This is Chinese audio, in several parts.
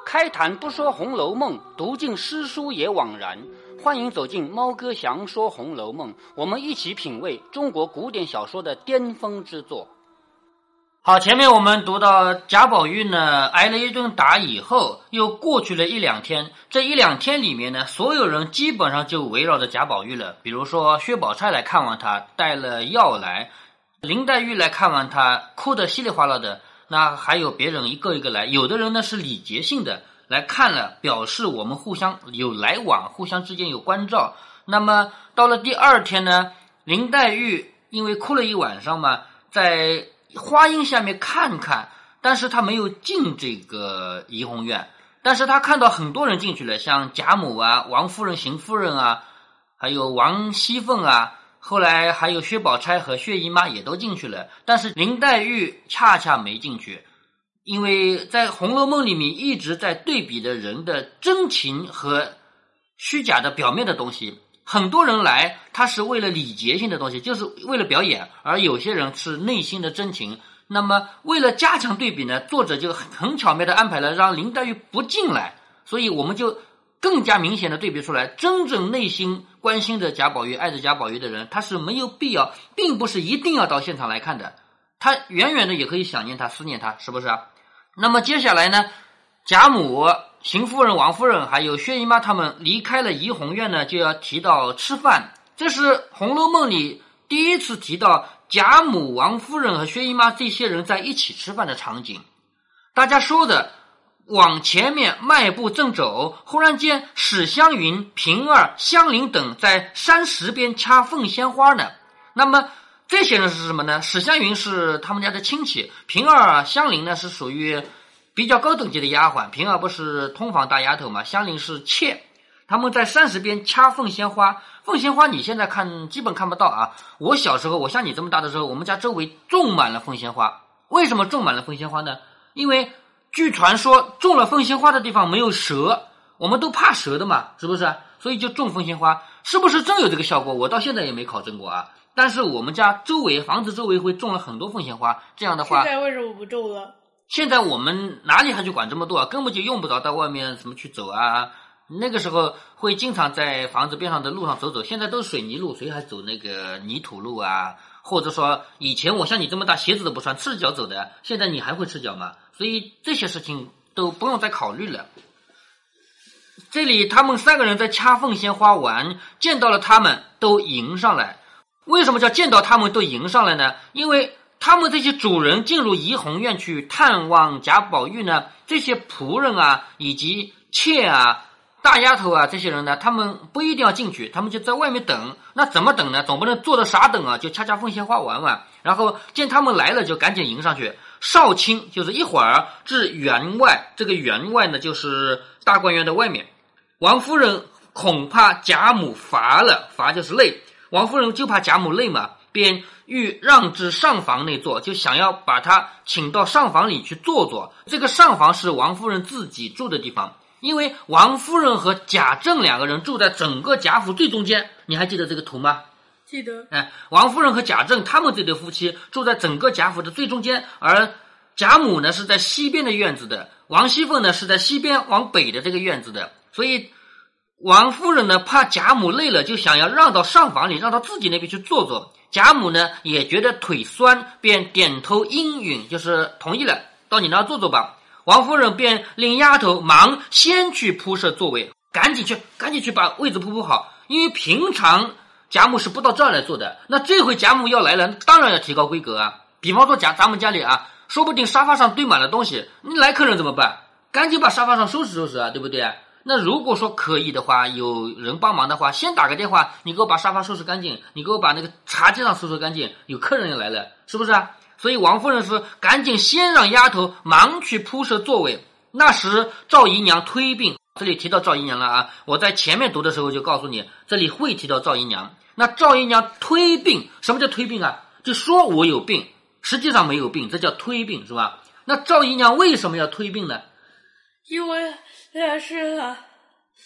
开坛不说《红楼梦》，读尽诗书也枉然。欢迎走进猫哥祥说《红楼梦》，我们一起品味中国古典小说的巅峰之作。好，前面我们读到贾宝玉呢挨了一顿打以后，又过去了一两天。这一两天里面呢，所有人基本上就围绕着贾宝玉了。比如说薛宝钗来看望他，带了药来；林黛玉来看望他，哭得稀里哗啦的。那还有别人一个一个来，有的人呢是礼节性的来看了，表示我们互相有来往，互相之间有关照。那么到了第二天呢，林黛玉因为哭了一晚上嘛，在花荫下面看看，但是她没有进这个怡红院，但是她看到很多人进去了，像贾母啊、王夫人、邢夫人啊，还有王熙凤啊，后来还有薛宝钗和薛姨妈也都进去了，但是林黛玉恰恰没进去。因为在《红楼梦》里面一直在对比的人的真情和虚假的表面的东西，很多人来他是为了礼节性的东西，就是为了表演，而有些人是内心的真情。那么为了加强对比呢，作者就很巧妙的安排了让林黛玉不进来，所以我们就更加明显的对比出来，真正内心关心着贾宝玉、爱着贾宝玉的人，他是没有必要，并不是一定要到现场来看的，他远远的也可以想念他、思念他，是不是啊？那么接下来呢，贾母、邢夫人、王夫人还有薛姨妈他们离开了怡红院呢，就要提到吃饭。这是《红楼梦》里第一次提到贾母、王夫人和薛姨妈这些人在一起吃饭的场景。大家说的往前面迈步正走，忽然间史湘云、平儿、香菱等在山石边掐凤仙花呢。那么这些人是什么呢？史湘云是他们家的亲戚，平儿、香菱呢是属于比较高等级的丫鬟，平儿不是通房大丫头嘛，香菱是妾。他们在山石边掐凤仙花，凤仙花你现在看基本看不到啊。我小时候，我像你这么大的时候，我们家周围种满了凤仙花。为什么种满了凤仙花呢？因为据传说种了凤仙花的地方没有蛇，我们都怕蛇的嘛，是不是？所以就种凤仙花，是不是真有这个效果？我到现在也没考证过啊。但是我们家周围房子周围会种了很多凤仙花，这样的话现在为什么不种了？ 现在我们哪里还去管这么多啊？根本就用不着到外面什么去走啊。那个时候会经常在房子边上的路上走走，现在都是水泥路，谁还走那个泥土路啊？或者说以前我像你这么大鞋子都不穿，赤脚走的，现在你还会赤脚吗？所以这些事情都不用再考虑了。这里他们三个人在掐凤仙花玩，见到了他们都迎上来。为什么叫见到他们都迎上来呢？因为他们这些主人进入怡红院去探望贾宝玉呢，这些仆人啊以及妾啊大丫头啊这些人呢，他们不一定要进去，他们就在外面等。那怎么等呢？总不能坐着傻等啊，就掐掐凤仙花玩玩，然后见他们来了就赶紧迎上去。少卿就是一会儿至园外，这个园外呢就是大观园的外面。王夫人恐怕贾母乏了，乏就是累，王夫人就怕贾母累嘛，便欲让至上房内坐，就想要把她请到上房里去坐坐。这个上房是王夫人自己住的地方，因为王夫人和贾政两个人住在整个贾府最中间，你还记得这个图吗？ 记得。 王夫人和贾政他们这对夫妻住在整个贾府的最中间，而贾母呢是在西边的院子的，王熙凤呢是在西边往北的这个院子的，所以王夫人呢怕贾母累了，就想要让到上房里，让到自己那边去坐坐。贾母呢也觉得腿酸，便点头应允，就是同意了，到你那坐坐吧。王夫人便令丫头忙先去铺设座位，赶紧去把位子铺好，因为平常贾母是不到这儿来坐的，那这回贾母要来了，当然要提高规格啊。比方说咱们家里啊，说不定沙发上堆满了东西，你来客人怎么办？赶紧把沙发上收拾收拾啊，对不对？那如果说可以的话，有人帮忙的话，先打个电话，你给我把沙发收拾干净，你给我把那个茶几上收拾干净，有客人要来了，是不是啊？所以王夫人说赶紧先让丫头忙去铺设座位。那时赵姨娘推病，这里提到赵姨娘了啊，我在前面读的时候就告诉你，这里会提到赵姨娘。那赵姨娘推病，什么叫推病啊？就说我有病，实际上没有病，这叫推病，是吧？那赵姨娘为什么要推病呢？ 因为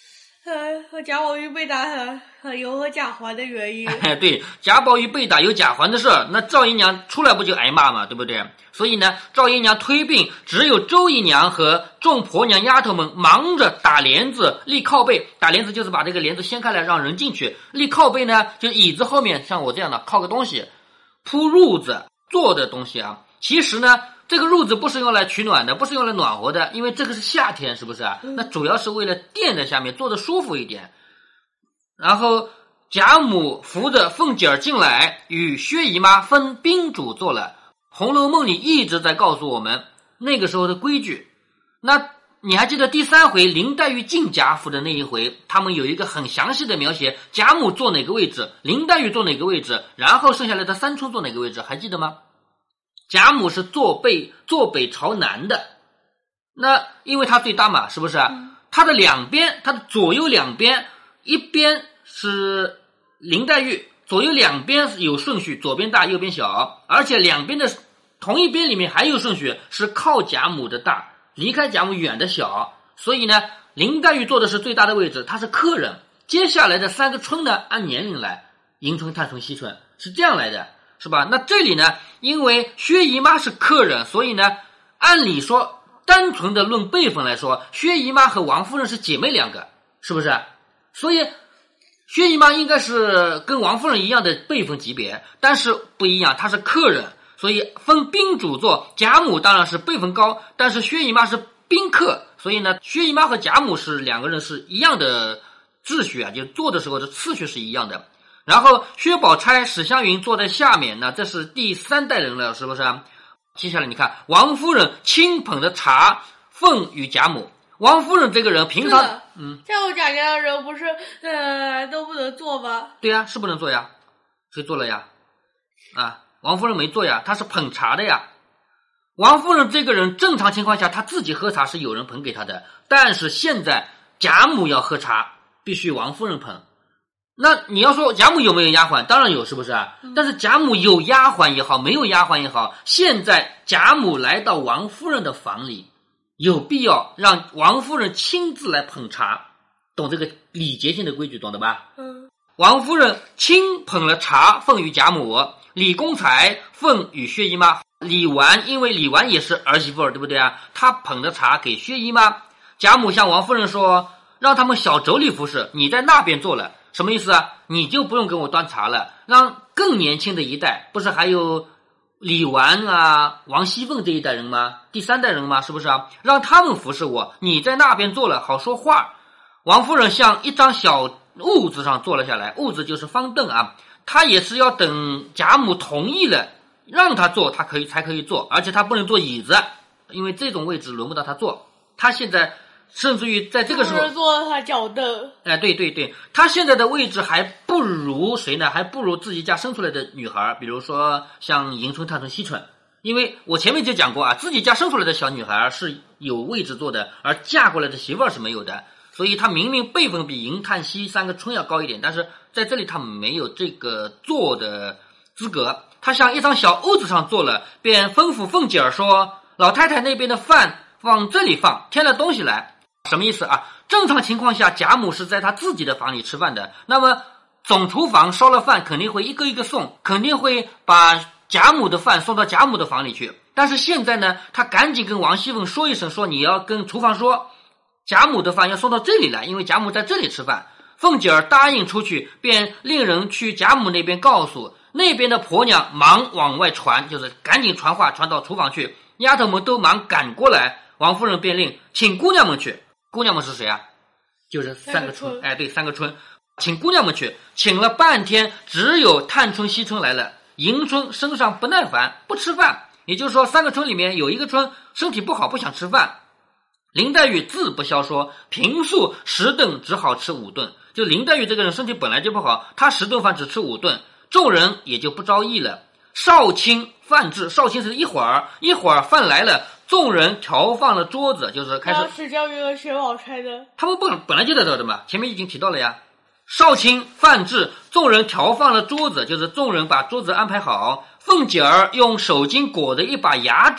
和贾宝玉被打有和贾环的原因。 对，贾宝玉被打有贾环的事儿，那赵姨娘出来不就挨骂嘛，对不对？所以呢，赵姨娘推病，只有周姨娘和众婆娘丫头们忙着打帘子、立靠背。打帘子就是把这个帘子掀开来让人进去，立靠背呢，就是椅子后面像我这样的靠个东西，铺褥子做的东西啊。其实呢，这个褥子不是用来取暖的，不是用来暖和的，因为这个是夏天，是不是啊？那主要是为了垫在下面，坐得舒服一点。然后贾母扶着凤姐儿进来，与薛姨妈分宾主坐了。《红楼梦》里一直在告诉我们那个时候的规矩。那你还记得第3回林黛玉进贾府的那一回，他们有一个很详细的描写，贾母坐哪个位置，林黛玉坐哪个位置，然后剩下来的三春坐哪个位置，还记得吗？贾母是坐北朝南的，那因为她最大嘛，是不是？她的两边，她的左右两边，一边是林黛玉，左右两边有顺序，左边大右边小，而且两边的同一边里面还有顺序，是靠贾母的大，离开贾母远的小。所以呢，林黛玉坐的是最大的位置，她是客人。接下来的3个春呢，按年龄来，迎春、探春、惜春，是这样来的，是吧？那这里呢，因为薛姨妈是客人，所以呢，按理说单纯的论辈分来说，薛姨妈和王夫人是姐妹两个，是不是？所以薛姨妈应该是跟王夫人一样的辈分级别，但是不一样，她是客人，所以分宾主坐。贾母当然是辈分高，但是薛姨妈是宾客，所以呢，薛姨妈和贾母是两个人是一样的秩序啊，就坐的时候的次序是一样的。然后薛宝钗、史湘云坐在下面呢，这是第3代人了，是不是？接下来你看，王夫人亲捧的茶奉与贾母。王夫人这个人平常像我贾家的人不是都不能做吗？ 对呀，是不能做呀，谁做了呀？王夫人没做呀，她是捧茶的呀。王夫人这个人正常情况下她自己喝茶是有人捧给她的，但是现在贾母要喝茶必须王夫人捧。那你要说贾母有没有丫鬟？当然有，是不是？但是贾母有丫鬟也好，没有丫鬟也好，现在贾母来到王夫人的房里，有必要让王夫人亲自来捧茶，懂这个礼节性的规矩，懂得吧？王夫人亲捧了茶奉与贾母，李公才奉与薛姨妈，李纨因为李纨也是儿媳妇儿，对不对啊？她捧着茶给薛姨妈。贾母向王夫人说，让他们小妯娌服侍，你在那边坐了。什么意思啊？你就不用给我端茶了，让更年轻的一代，不是还有李纨啊、王熙凤这一代人吗？第3代人吗？是不是啊？让他们服侍我，你在那边坐了，好说话。王夫人向一张小褥子上坐了下来，褥子就是方凳啊。她也是要等贾母同意了，让她坐，她才可以坐，而且她不能坐椅子，因为这种位置轮不到她坐。她现在甚至于在这个时候， 不是坐她脚凳。 对，她现在的位置还不如谁呢？还不如自己家生出来的女孩，比如说像迎春、探春、惜春。因为我前面就讲过啊，自己家生出来的小女孩是有位置坐的，而嫁过来的媳妇儿是没有的。所以她明明辈分比迎、探、惜3个春要高一点，但是在这里她没有这个坐的资格。她向一张小屋子上坐了，便吩咐凤姐儿说，老太太那边的饭往这里放，添了东西来。什么意思啊？正常情况下贾母是在她自己的房里吃饭的，那么总厨房烧了饭肯定会一个一个送，肯定会把贾母的饭送到贾母的房里去。但是现在呢，她赶紧跟王熙凤说一声，说你要跟厨房说贾母的饭要送到这里来，因为贾母在这里吃饭。凤姐儿答应出去，便令人去贾母那边告诉，那边的婆娘忙往外传，就是赶紧传话传到厨房去，丫头们都忙赶过来。王夫人便令请姑娘们去。姑娘们是谁啊？就是3个春。对，3个春，请姑娘们去。请了半天，只有探春、惜春来了。迎春身上不耐烦，不吃饭，也就是说3个春里面有1个春身体不好，不想吃饭。林黛玉自不消说，平素10顿只好吃5顿。就林黛玉这个人身体本来就不好，她10顿饭只吃5顿，众人也就不着意了。少卿饭至，少卿是一会儿饭来了，众人调放了桌子，就是开始。 史湘云和薛宝钗的， 他们本来就在这的嘛，前面已经提到了呀。少卿饭至，众人调放了桌子，就是众人把桌子安排好。凤姐儿用手巾裹着一把牙烛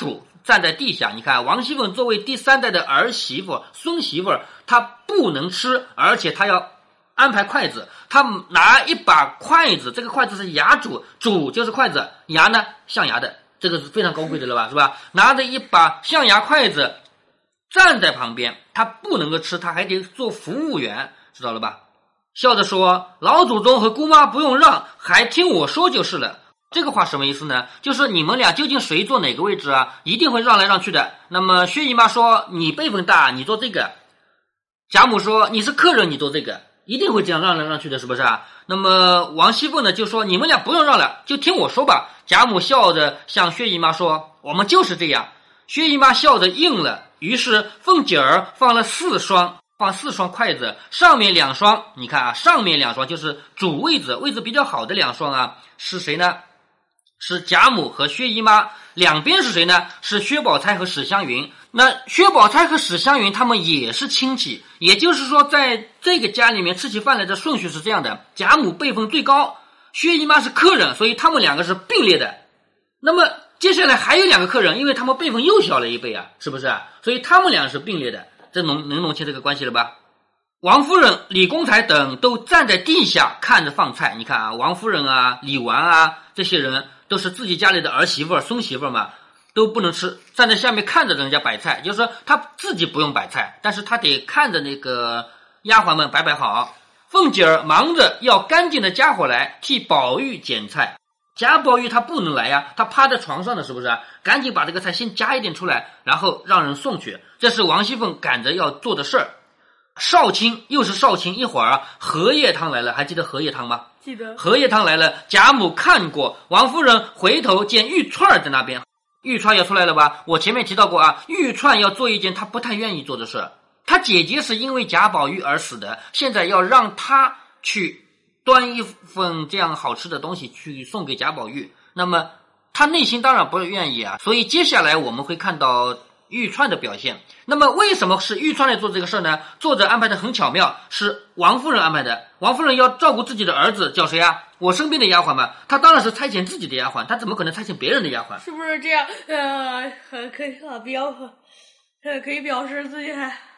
站在地下。你看王熙凤作为第3代的儿媳妇、孙媳妇，她不能吃，而且她要安排筷子，她拿一把筷子，这个筷子是牙箸，箸就是筷子，牙呢象牙的，这个是非常高贵的了吧，是吧？拿着一把象牙筷子站在旁边，她不能够吃，她还得做服务员，知道了吧？笑着说，老祖宗和姑妈不用让，还听我说就是了。这个话什么意思呢？就是你们俩究竟谁坐哪个位置啊，一定会让来让去的。那么薛姨妈说，你辈分大，你坐这个。贾母说，你是客人，你坐这个，一定会这样让来让去的，是不是啊？那么王熙凤呢就说，你们俩不用让了，就听我说吧。贾母笑着向薛姨妈说，我们就是这样。薛姨妈笑着应了，于是凤姐儿放4双筷子，上面2双，你看啊，上面2双就是主位置比较好的2双啊，是谁呢？是贾母和薛姨妈，两边是谁呢？是薛宝钗和史湘云。那薛宝钗和史湘云他们也是亲戚，也就是说在这个家里面吃起饭来的顺序是这样的，贾母辈分最高，薛姨妈是客人，所以他们2个是并列的。那么接下来还有2个客人，因为他们辈分又小了一辈啊，是不是啊？所以他们2个是并列的，这能弄清这个关系了吧？王夫人、李公才等都站在地下看着放菜。你看啊，王夫人啊、李纨啊，这些人都是自己家里的儿媳妇、孙媳妇嘛，都不能吃，站在下面看着人家摆菜，就是说他自己不用摆菜，但是他得看着那个丫鬟们摆好。凤姐儿忙着要干净的家伙来替宝玉捡菜，贾宝玉他不能来呀，他趴在床上的，是不是？赶紧把这个菜先夹一点出来，然后让人送去，这是王熙凤赶着要做的事儿。少卿又是少卿，一会儿荷叶汤来了，还记得荷叶汤吗？ 记得。 荷叶汤来了，贾母看过，王夫人回头见玉钏在那边，玉钏要出来了吧？我前面提到过啊，玉钏要做一件她不太愿意做的事，她姐姐是因为贾宝玉而死的，现在要让她去端一份这样好吃的东西去送给贾宝玉，那么她内心当然不愿意啊，所以接下来我们会看到玉钏的表现。那么为什么是玉钏来做这个事呢？作者安排的很巧妙，是王夫人安排的。王夫人要照顾自己的儿子，叫谁啊？我身边的丫鬟嘛，她当然是差遣自己的丫鬟，她怎么可能差遣别人的丫鬟？ 是不是这样？可以表示自己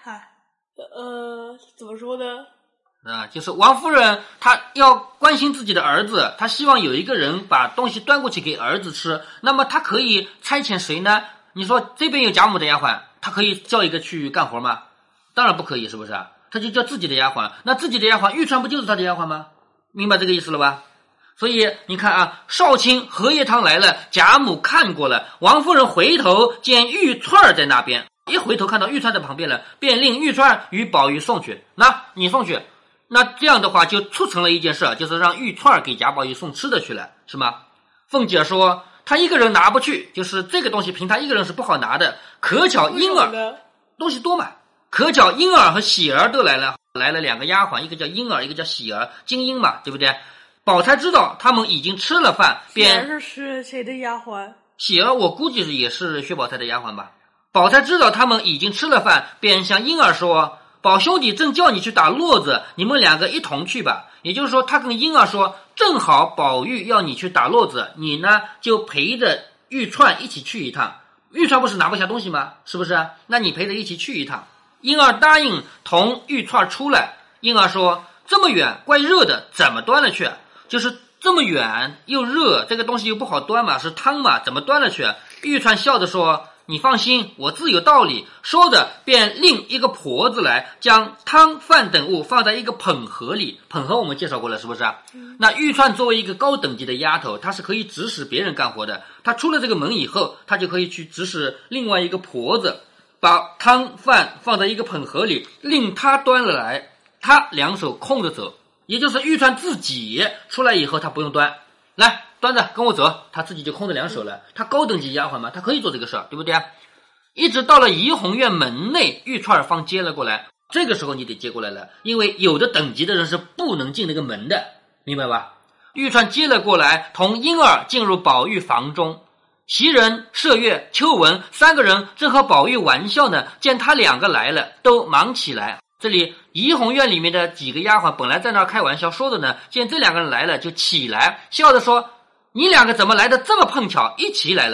怎么说呢？ 就是王夫人她要关心自己的儿子，她希望有一个人把东西端过去给儿子吃，那么她可以差遣谁呢？你说这边有贾母的丫鬟，她可以叫一个去干活吗？当然不可以，是不是？她就叫自己的丫鬟，那自己的丫鬟玉钏不就是她的丫鬟吗？明白这个意思了吧？所以你看啊，少卿荷叶汤来了，贾母看过了，王夫人回头见玉钏在那边，一回头看到玉钏在旁边了，便令玉钏与宝玉送去，那你送去，那这样的话就促成了一件事，就是让玉钏给贾宝玉送吃的去了，是吗？凤姐说他一个人拿不去，就是这个东西凭他一个人是不好拿的，可巧婴儿东西多嘛，可巧婴儿和喜儿都来了2个丫鬟，一个叫婴儿，一个叫喜儿，精英嘛，对不对？宝钗知道他们已经吃了饭，便是谁的丫鬟？ 喜儿我估计也是薛宝钗的丫鬟吧。宝钗知道他们已经吃了饭，便向婴儿说，宝兄弟正叫你去打络子，你们2个一同去吧。也就是说他跟婴儿说，正好宝玉要你去打络子，你呢就陪着玉钏一起去一趟。玉钏不是拿不下东西吗？是不是？那你陪着一起去一趟。婴儿答应同玉钏出来。婴儿说，这么远怪热的，怎么端了去？就是这么远又热，这个东西又不好端嘛，是汤嘛，怎么端了去？玉钏笑着说，你放心，我自有道理。说着便令一个婆子来，将汤饭等物放在一个捧盒里。捧盒我们介绍过了，是不是？那玉钏作为一个高等级的丫头，她是可以指使别人干活的，她出了这个门以后，她就可以去指使另外一个婆子把汤饭放在一个捧盒里，令她端了来，她2手空着走。也就是玉钏自己出来以后，她不用端，来端着跟我走，她自己就空着2手了。她高等级丫鬟嘛，她可以做这个事儿，对不对？一直到了怡红院门内，玉钏方接了过来。这个时候你得接过来了，因为有的等级的人是不能进那个门的，明白吧？玉钏接了过来，同婴儿进入宝玉房中。袭人、麝月、秋纹3个人正和宝玉玩笑呢，见他2个来了，都忙起来。这里怡红院里面的几个丫鬟本来在那儿开玩笑说的呢，见这2个人来了就起来，笑着说，你2个怎么来的这么碰巧，一起来了？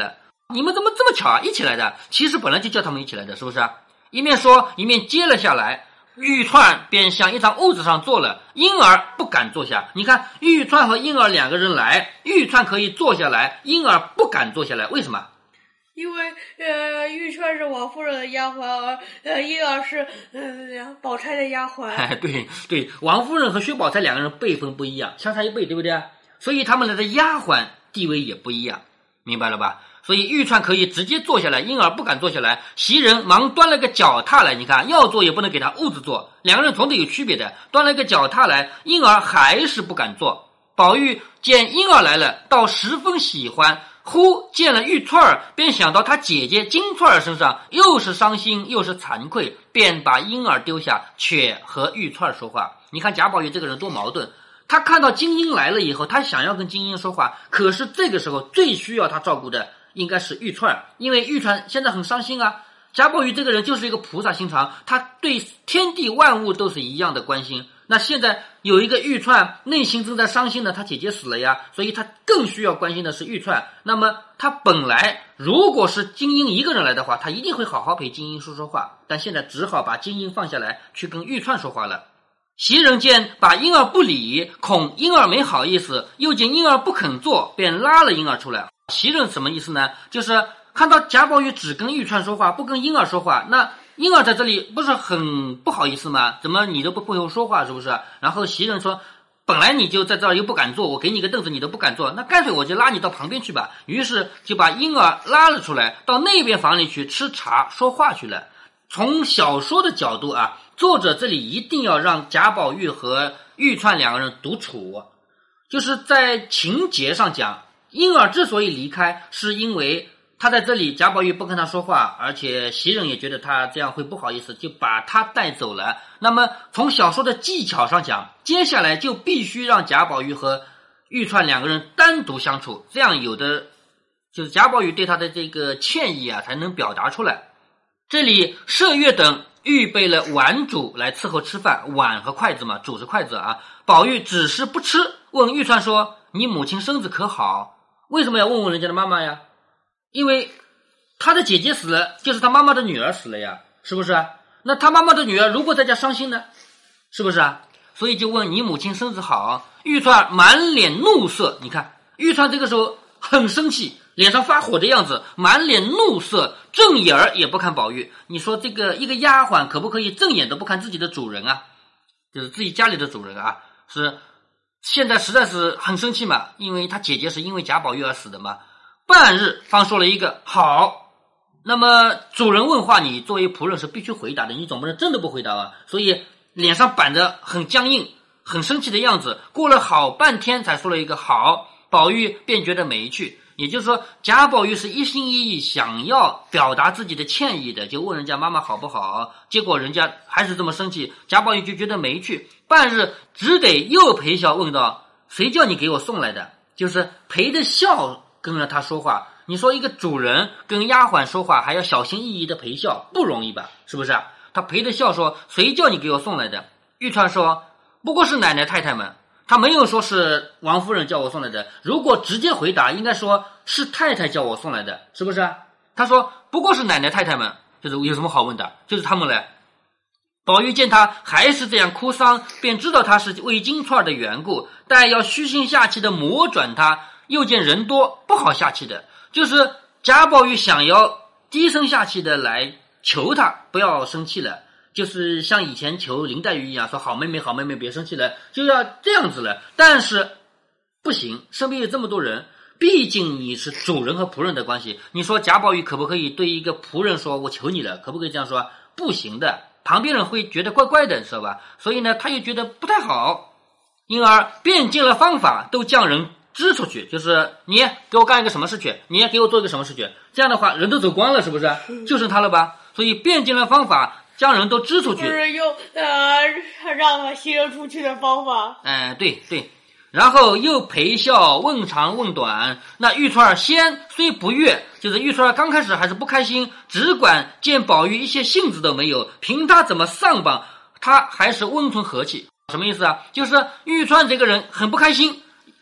你们怎么这么巧啊，一起来的？其实本来就叫他们一起来的，是不是？一面说一面接了下来，玉串便向一张屋子上坐了，婴儿不敢坐下。你看，玉串和婴儿两个人来，玉串可以坐下来，婴儿不敢坐下来，为什么？ 因为玉串是王夫人的丫鬟，而婴儿是宝钗的丫鬟。 对，王夫人和薛宝钗两个人辈分不一样，相差一辈，对不对？所以他们俩的丫鬟地位也不一样，明白了吧？所以玉串可以直接坐下来，婴儿不敢坐下来。袭人忙端了个脚踏来，你看要坐也不能给他屋子坐，两个人总得有区别的。端了个脚踏来，婴儿还是不敢坐。宝玉见婴儿来了，倒十分喜欢，忽见了玉串儿，便想到他姐姐金串儿身上，又是伤心又是惭愧，便把婴儿丢下，却和玉串儿说话。你看贾宝玉这个人多矛盾，他看到金英来了以后，他想要跟金英说话，可是这个时候最需要他照顾的应该是玉串，因为玉串现在很伤心啊。贾宝玉这个人就是一个菩萨心肠，他对天地万物都是一样的关心。那现在有一个玉串内心正在伤心的，他姐姐死了呀，所以他更需要关心的是玉串。那么他本来如果是金英一个人来的话，他一定会好好陪金英说说话，但现在只好把金英放下来去跟玉串说话了。袭人见把婴儿不理，恐婴儿没好意思，又见婴儿不肯坐，便拉了婴儿出来。袭人什么意思呢？就是看到贾宝玉只跟玉串说话，不跟婴儿说话，那婴儿在这里不是很不好意思吗？怎么你都不会说话，是不是？然后袭人说，本来你就在这儿又不敢坐，我给你个凳子你都不敢坐，那干脆我就拉你到旁边去吧。于是就把婴儿拉了出来，到那边房里去吃茶说话去了。从小说的角度啊，作者这里一定要让贾宝玉和玉串两个人独处，就是在情节上讲，婴儿之所以离开，是因为他在这里贾宝玉不跟他说话，而且袭人也觉得他这样会不好意思，就把他带走了。那么从小说的技巧上讲，接下来就必须让贾宝玉和玉串两个人单独相处，这样有的就是贾宝玉对他的这个歉意啊才能表达出来。这里麝月等预备了碗主来伺候吃饭，碗和筷子嘛，主是筷子啊。宝玉只是不吃，问玉串说，你母亲身子可好？为什么要问问人家的妈妈呀？因为他的姐姐死了，就是他妈妈的女儿死了呀，是不是？那他妈妈的女儿如果在家伤心呢，是不是啊？所以就问你母亲身子好。玉串满脸怒色，你看玉串这个时候很生气，脸上发火的样子，满脸怒色，正眼儿也不看宝玉。你说这个一个丫鬟可不可以正眼都不看自己的主人啊？就是自己家里的主人啊，是现在实在是很生气嘛，因为他姐姐是因为贾宝玉而死的嘛。半日方说了一个好，那么主人问话，你作为仆人是必须回答的，你总不能真的不回答啊。所以脸上板着很僵硬很生气的样子，过了好半天才说了一个好，宝玉便觉得没趣。也就是说贾宝玉是一心一意想要表达自己的歉意的，就问人家妈妈好不好，结果人家还是这么生气，贾宝玉就觉得没趣，半日只得又陪笑问道，谁叫你给我送来的？就是陪着笑跟着他说话。你说一个主人跟丫鬟说话还要小心翼翼的陪笑，不容易吧，是不是？他陪着笑说，谁叫你给我送来的？玉串说，不过是奶奶太太们，他没有说是王夫人叫我送来的，如果直接回答应该说是太太叫我送来的，是不是？他说不过是奶奶太太们，就是有什么好问的，就是他们来。宝玉见他还是这样哭丧，便知道他是为金钏的缘故，但要虚心下气的磨转他，又见人多不好下气的，就是贾宝玉想要低声下气的来求他不要生气了，就是像以前求林黛玉一样，说好妹妹好妹妹别生气了，就要这样子了。但是不行，身边有这么多人，毕竟你是主人和仆人的关系，你说贾宝玉可不可以对一个仆人说我求你了，可不可以这样说？不行的，旁边人会觉得怪怪的，知道吧？所以呢他又觉得不太好，因而变尽了方法都将人支出去，就是你给我干一个什么事去，你给我做一个什么事去，这样的话人都走光了，是不是？就剩他了吧？所以变尽了方法将人都支出去， 不是用让他袭人出去的方法。 对，然后又陪笑问长问短。那玉钏先虽不悦，就是玉钏刚开始还是不开心，只管见宝玉一些性子都没有，凭他怎么丧榜，他还是温存和气。什么意思啊？就是玉钏这个人很不开心，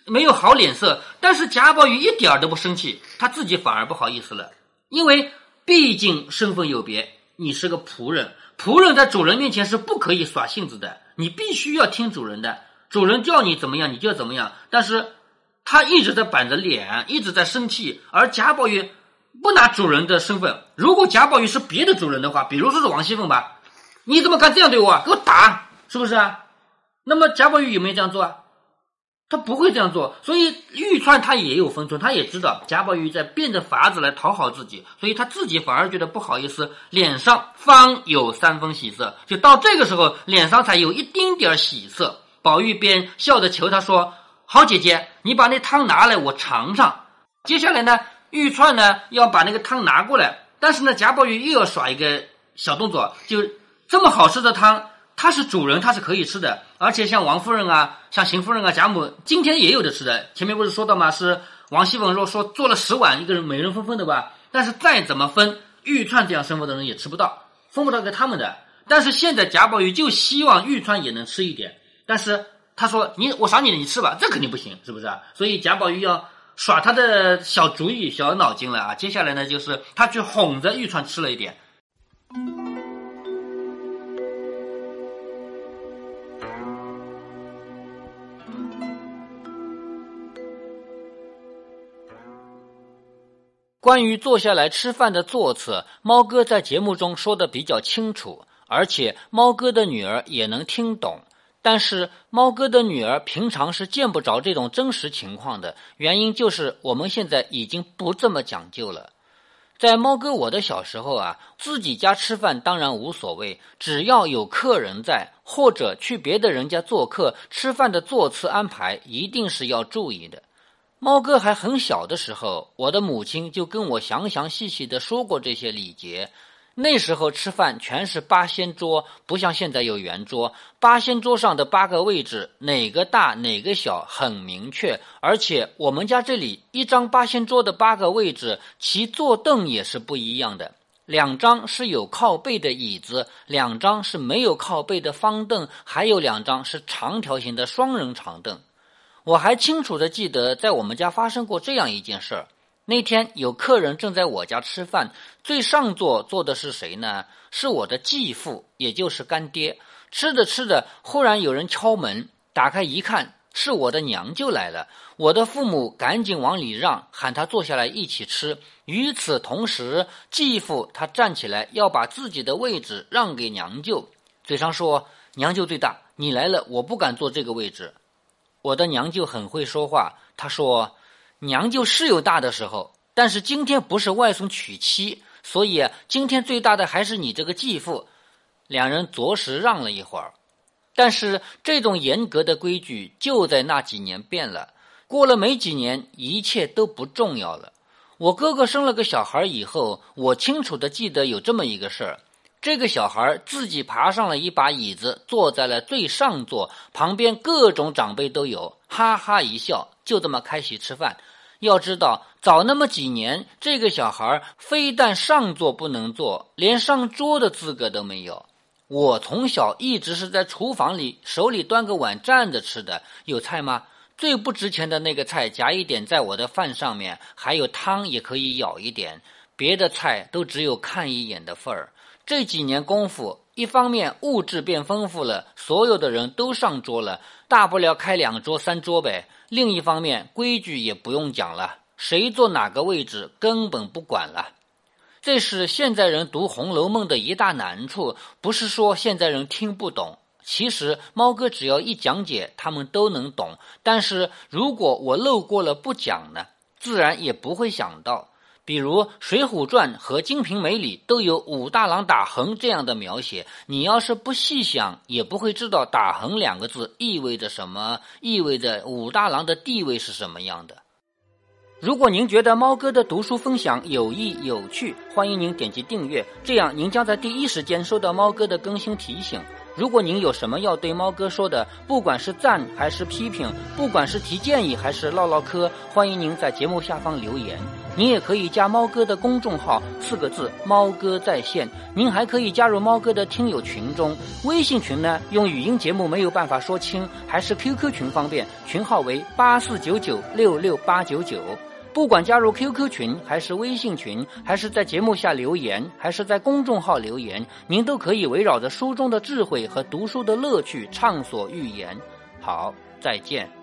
没有好脸色，但是贾宝玉一点都不生气，他自己反而不好意思了，因为毕竟身份有别，你是个仆人，仆人在主人面前是不可以耍性子的，你必须要听主人的，主人叫你怎么样你就要怎么样。但是他一直在板着脸，一直在生气，而贾宝玉不拿主人的身份。如果贾宝玉是别的主人的话，比如说是王熙凤吧，你怎么敢这样对我啊？给我打，是不是啊？那么贾宝玉有没有这样做啊？他不会这样做。所以玉钏他也有分寸，他也知道贾宝玉在变着法子来讨好自己，所以他自己反而觉得不好意思，脸上方有3分喜色，就到这个时候脸上才有一丁点喜色。宝玉便笑着求他说，好姐姐，你把那汤拿来我尝尝。接下来呢，玉钏呢要把那个汤拿过来，但是呢贾宝玉又要耍一个小动作，就这么好吃的汤，他是主人，他是可以吃的，而且像王夫人啊，像邢夫人啊，贾母今天也有的吃的。前面不是说到吗？是王熙凤说做了10碗，一个人每人分的吧，但是再怎么分，玉钏这样生活的人也吃不到，分不到给他们的。但是现在贾宝玉就希望玉钏也能吃一点，但是他说我赏你的，你吃吧，这肯定不行，是不是啊？所以贾宝玉要耍他的小主意小脑筋了啊。接下来呢，就是他去哄着玉钏吃了一点。关于坐下来吃饭的座次，猫哥在节目中说的比较清楚，而且猫哥的女儿也能听懂。但是猫哥的女儿平常是见不着这种真实情况的，原因就是我们现在已经不这么讲究了。在猫哥我的小时候啊，自己家吃饭当然无所谓，只要有客人在，或者去别的人家做客，吃饭的座次安排一定是要注意的。猫哥还很小的时候，我的母亲就跟我详详细细地说过这些礼节。那时候吃饭全是八仙桌，不像现在有圆桌。八仙桌上的8个位置，哪个大哪个小很明确，而且我们家这里一张八仙桌的8个位置，其坐凳也是不一样的。2张是有靠背的椅子，2张是没有靠背的方凳，还有2张是长条形的双人长凳。我还清楚地记得在我们家发生过这样一件事儿。那天有客人正在我家吃饭，最上座坐的是谁呢？是我的继父，也就是干爹。吃着吃着，忽然有人敲门，打开一看，是我的娘舅来了。我的父母赶紧往里让，喊他坐下来一起吃。与此同时，继父他站起来要把自己的位置让给娘舅，嘴上说娘舅最大，你来了我不敢坐这个位置。我的娘舅很会说话，他说娘舅是有大的时候，但是今天不是外孙娶妻，所以今天最大的还是你这个继父。2人着实让了一会儿，但是这种严格的规矩就在那几年变了。过了没几年，一切都不重要了。我哥哥生了个小孩以后，我清楚地记得有这么一个事儿。这个小孩自己爬上了一把椅子，坐在了最上座，旁边各种长辈都有，哈哈一笑，就这么开席吃饭。要知道早那么几年，这个小孩非但上座不能坐，连上桌的资格都没有。我从小一直是在厨房里手里端个碗站着吃的，有菜吗？最不值钱的那个菜夹一点在我的饭上面，还有汤也可以舀一点，别的菜都只有看一眼的份儿。这几年功夫，一方面物质变丰富了，所有的人都上桌了，大不了开2桌3桌呗。另一方面规矩也不用讲了，谁坐哪个位置根本不管了。这是现在人读《红楼梦》的一大难处，不是说现在人听不懂，其实猫哥只要一讲解他们都能懂，但是如果我漏过了不讲呢，自然也不会想到。比如《水浒传》和《金瓶梅》里都有武大郎打横这样的描写，你要是不细想，也不会知道打横2个字意味着什么，意味着武大郎的地位是什么样的。如果您觉得猫哥的读书分享有益有趣，欢迎您点击订阅，这样您将在第一时间收到猫哥的更新提醒。如果您有什么要对猫哥说的，不管是赞还是批评，不管是提建议还是唠唠嗑，欢迎您在节目下方留言。 您也可以加猫哥的公众号，4个字猫哥在线。您还可以加入猫哥的听友群中，微信群呢用语音节目没有办法说清，还是 QQ 群方便，群号为8499668899。不管加入 QQ 群还是微信群，还是在节目下留言，还是在公众号留言，您都可以围绕着书中的智慧和读书的乐趣畅所欲言。好，再见。